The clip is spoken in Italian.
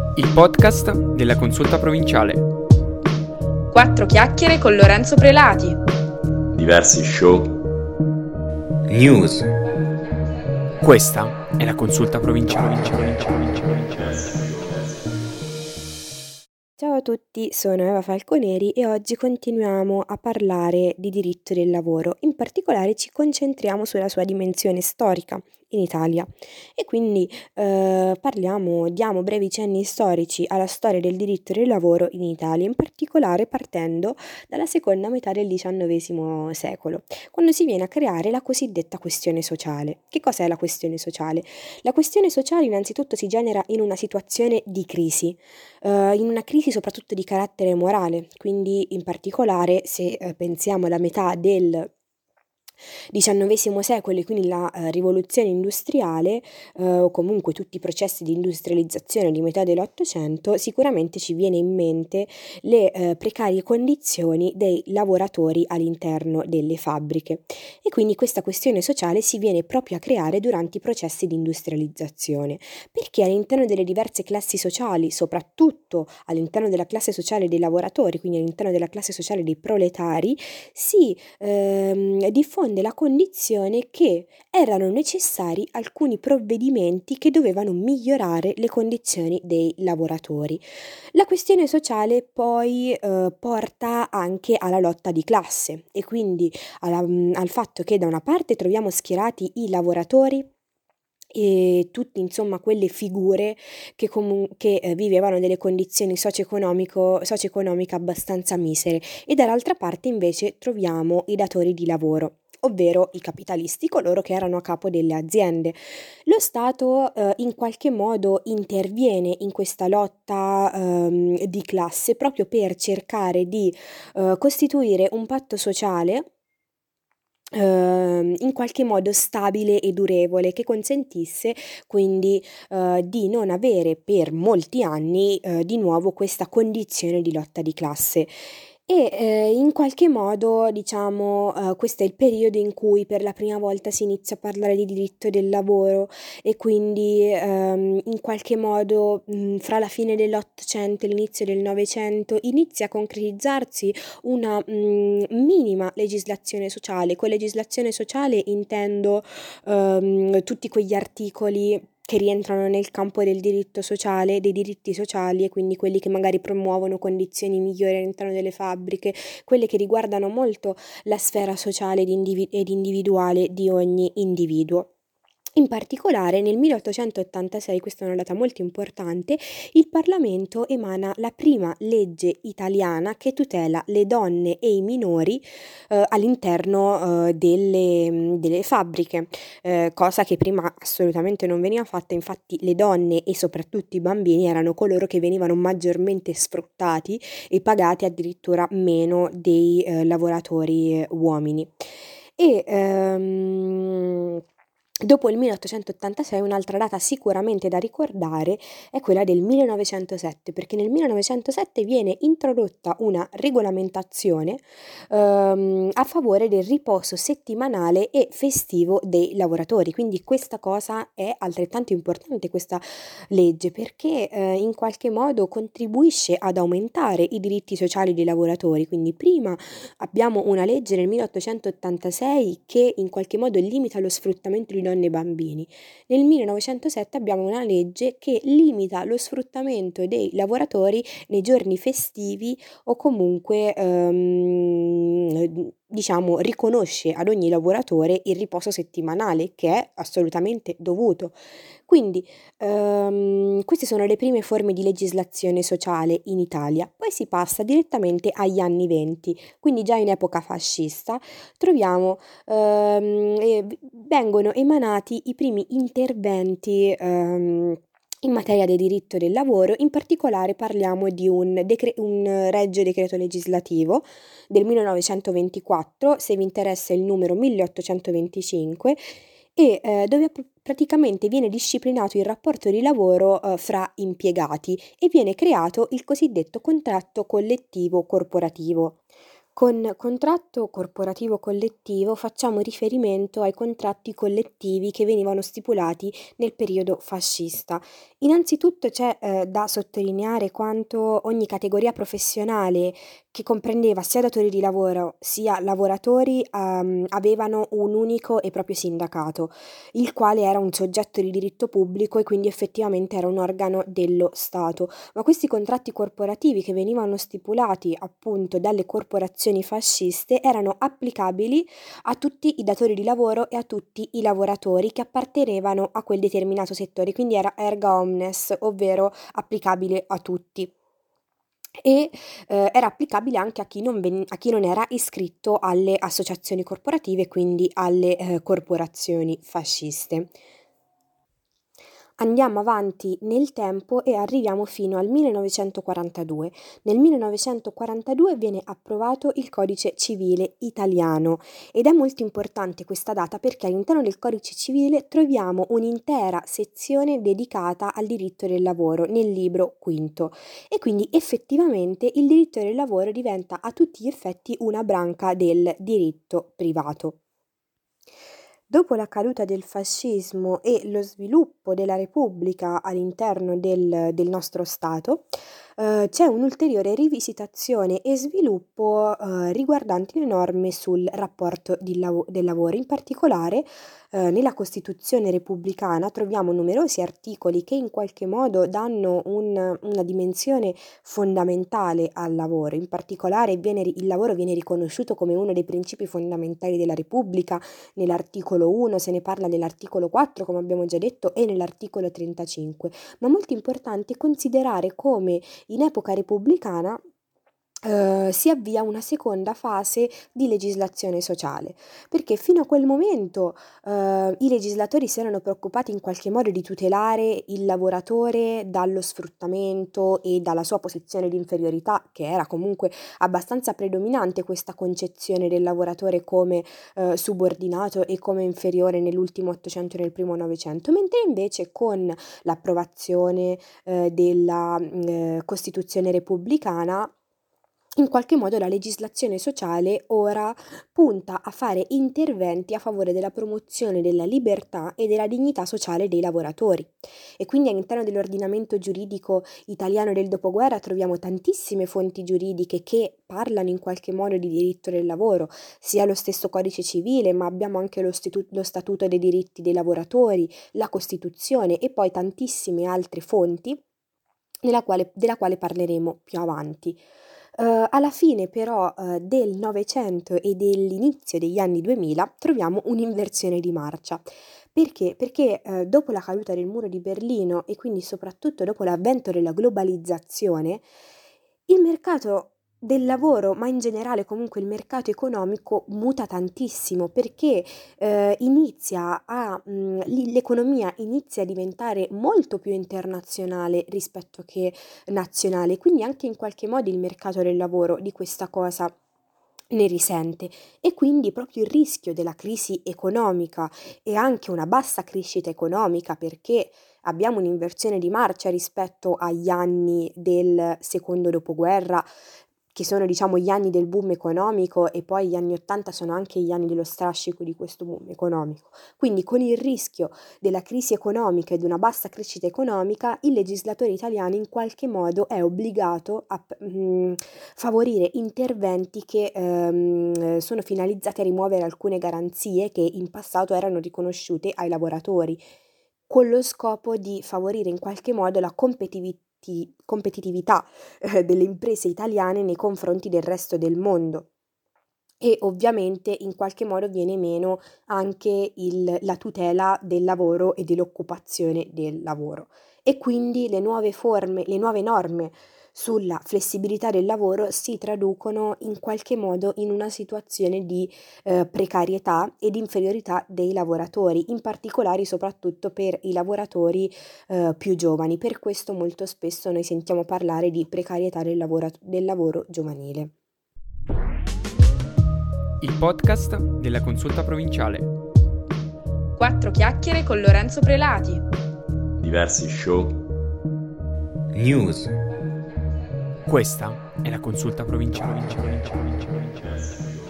Il podcast della Consulta Provinciale. Quattro chiacchiere con Lorenzo Prelati. Diversi show. News. Questa è la Consulta Provinciale. Ciao a tutti, sono Eva Falconeri e oggi continuiamo a parlare di diritto del lavoro. In particolare ci concentriamo sulla sua dimensione storica in Italia e quindi diamo brevi cenni storici alla storia del diritto del lavoro in Italia, in particolare partendo dalla seconda metà del XIX secolo, quando si viene a creare la cosiddetta questione sociale. Che cos'è la questione sociale? La questione sociale innanzitutto si genera in una situazione di crisi, in una crisi soprattutto di carattere morale, quindi in particolare se pensiamo alla metà del XIX secolo e quindi la rivoluzione industriale o comunque tutti i processi di industrializzazione di metà dell'Ottocento, sicuramente ci viene in mente le precarie condizioni dei lavoratori all'interno delle fabbriche e quindi questa questione sociale si viene proprio a creare durante i processi di industrializzazione, perché all'interno delle diverse classi sociali, soprattutto all'interno della classe sociale dei lavoratori, quindi all'interno della classe sociale dei proletari, si diffonde la condizione che erano necessari alcuni provvedimenti che dovevano migliorare le condizioni dei lavoratori. La questione sociale poi porta anche alla lotta di classe e quindi al fatto che da una parte troviamo schierati i lavoratori e tutti insomma quelle figure che vivevano delle condizioni socio-economiche abbastanza misere e dall'altra parte invece troviamo i datori di lavoro, ovvero i capitalisti, coloro che erano a capo delle aziende. Lo Stato in qualche modo interviene in questa lotta di classe proprio per cercare di costituire un patto sociale in qualche modo stabile e durevole che consentisse quindi di non avere per molti anni di nuovo questa condizione di lotta di classe. E in qualche modo, diciamo, questo è il periodo in cui per la prima volta si inizia a parlare di diritto del lavoro e quindi in qualche modo fra la fine dell'Ottocento e l'inizio del Novecento inizia a concretizzarsi una minima legislazione sociale. Con legislazione sociale intendo tutti quegli articoli che rientrano nel campo del diritto sociale, dei diritti sociali e quindi quelli che magari promuovono condizioni migliori all'interno delle fabbriche, quelle che riguardano molto la sfera sociale ed individuale di ogni individuo. In particolare nel 1886, questa è una data molto importante, il Parlamento emana la prima legge italiana che tutela le donne e i minori all'interno delle fabbriche, cosa che prima assolutamente non veniva fatta. Infatti le donne e soprattutto i bambini erano coloro che venivano maggiormente sfruttati e pagati addirittura meno dei lavoratori uomini. Dopo il 1886 un'altra data sicuramente da ricordare è quella del 1907, perché nel 1907 viene introdotta una regolamentazione a favore del riposo settimanale e festivo dei lavoratori. Quindi questa cosa è altrettanto importante, questa legge, perché in qualche modo contribuisce ad aumentare i diritti sociali dei lavoratori. Quindi prima abbiamo una legge nel 1886 che in qualche modo limita lo sfruttamento di donne e bambini. Nel 1907 abbiamo una legge che limita lo sfruttamento dei lavoratori nei giorni festivi o comunque diciamo riconosce ad ogni lavoratore il riposo settimanale che è assolutamente dovuto. Quindi queste sono le prime forme di legislazione sociale in Italia. Poi si passa direttamente agli anni '20, quindi già in epoca fascista troviamo vengono emanati i primi interventi in materia di diritto del lavoro. In particolare parliamo di un regio decreto legislativo del 1924, se vi interessa il numero 1825, e dove praticamente viene disciplinato il rapporto di lavoro fra impiegati e viene creato il cosiddetto contratto collettivo corporativo. Con contratto corporativo collettivo facciamo riferimento ai contratti collettivi che venivano stipulati nel periodo fascista. Innanzitutto c'è da sottolineare quanto ogni categoria professionale che comprendeva sia datori di lavoro sia lavoratori avevano un unico e proprio sindacato, il quale era un soggetto di diritto pubblico e quindi effettivamente era un organo dello Stato. Ma questi contratti corporativi che venivano stipulati appunto dalle corporazioni fasciste erano applicabili a tutti i datori di lavoro e a tutti i lavoratori che appartenevano a quel determinato settore, quindi era erga omnes, ovvero applicabile a tutti. E era applicabile anche a chi non era iscritto alle associazioni corporative, quindi alle corporazioni fasciste. Andiamo avanti nel tempo e arriviamo fino al 1942. Nel 1942 viene approvato il Codice Civile Italiano ed è molto importante questa data perché all'interno del Codice Civile troviamo un'intera sezione dedicata al diritto del lavoro nel libro quinto e quindi effettivamente il diritto del lavoro diventa a tutti gli effetti una branca del diritto privato. Dopo la caduta del fascismo e lo sviluppo della Repubblica all'interno del nostro Stato, c'è un'ulteriore rivisitazione e sviluppo riguardanti le norme sul rapporto del lavoro. In particolare, nella Costituzione repubblicana troviamo numerosi articoli che in qualche modo danno una dimensione fondamentale al lavoro. In particolare il lavoro viene riconosciuto come uno dei principi fondamentali della Repubblica. Nell'articolo 1 se ne parla nell'articolo 4, come abbiamo già detto, e nell'articolo 35. Ma molto importante considerare come in epoca repubblicana si avvia una seconda fase di legislazione sociale, perché fino a quel momento i legislatori si erano preoccupati in qualche modo di tutelare il lavoratore dallo sfruttamento e dalla sua posizione di inferiorità, che era comunque abbastanza predominante questa concezione del lavoratore come subordinato e come inferiore nell'ultimo Ottocento e nel primo Novecento, mentre invece con l'approvazione della Costituzione repubblicana in qualche modo la legislazione sociale ora punta a fare interventi a favore della promozione della libertà e della dignità sociale dei lavoratori. E quindi all'interno dell'ordinamento giuridico italiano del dopoguerra troviamo tantissime fonti giuridiche che parlano in qualche modo di diritto del lavoro, sia lo stesso Codice Civile, ma abbiamo anche lo Statuto dei diritti dei lavoratori, la Costituzione e poi tantissime altre fonti della quale parleremo più avanti. Alla fine però del Novecento e dell'inizio degli anni 2000 troviamo un'inversione di marcia. Perché? Perché dopo la caduta del muro di Berlino e quindi soprattutto dopo l'avvento della globalizzazione, il mercato del lavoro, ma in generale comunque il mercato economico muta tantissimo perché l'economia inizia a diventare molto più internazionale rispetto che nazionale, quindi anche in qualche modo il mercato del lavoro di questa cosa ne risente e quindi proprio il rischio della crisi economica e anche una bassa crescita economica perché abbiamo un'inversione di marcia rispetto agli anni del secondo dopoguerra, che sono diciamo gli anni del boom economico e poi gli anni 80 sono anche gli anni dello strascico di questo boom economico. Quindi con il rischio della crisi economica e di una bassa crescita economica, il legislatore italiano in qualche modo è obbligato a favorire interventi che sono finalizzati a rimuovere alcune garanzie che in passato erano riconosciute ai lavoratori, con lo scopo di favorire in qualche modo la competitività delle imprese italiane nei confronti del resto del mondo e ovviamente in qualche modo viene meno anche la tutela del lavoro e dell'occupazione del lavoro e quindi le nuove norme sulla flessibilità del lavoro si traducono in qualche modo in una situazione di precarietà ed inferiorità dei lavoratori, in particolare soprattutto per i lavoratori più giovani. Per questo molto spesso noi sentiamo parlare di precarietà del lavoro giovanile. Il podcast della Consulta Provinciale. 4 chiacchiere con Lorenzo Prelati. Diversi show. News. Questa è la consulta provinciale.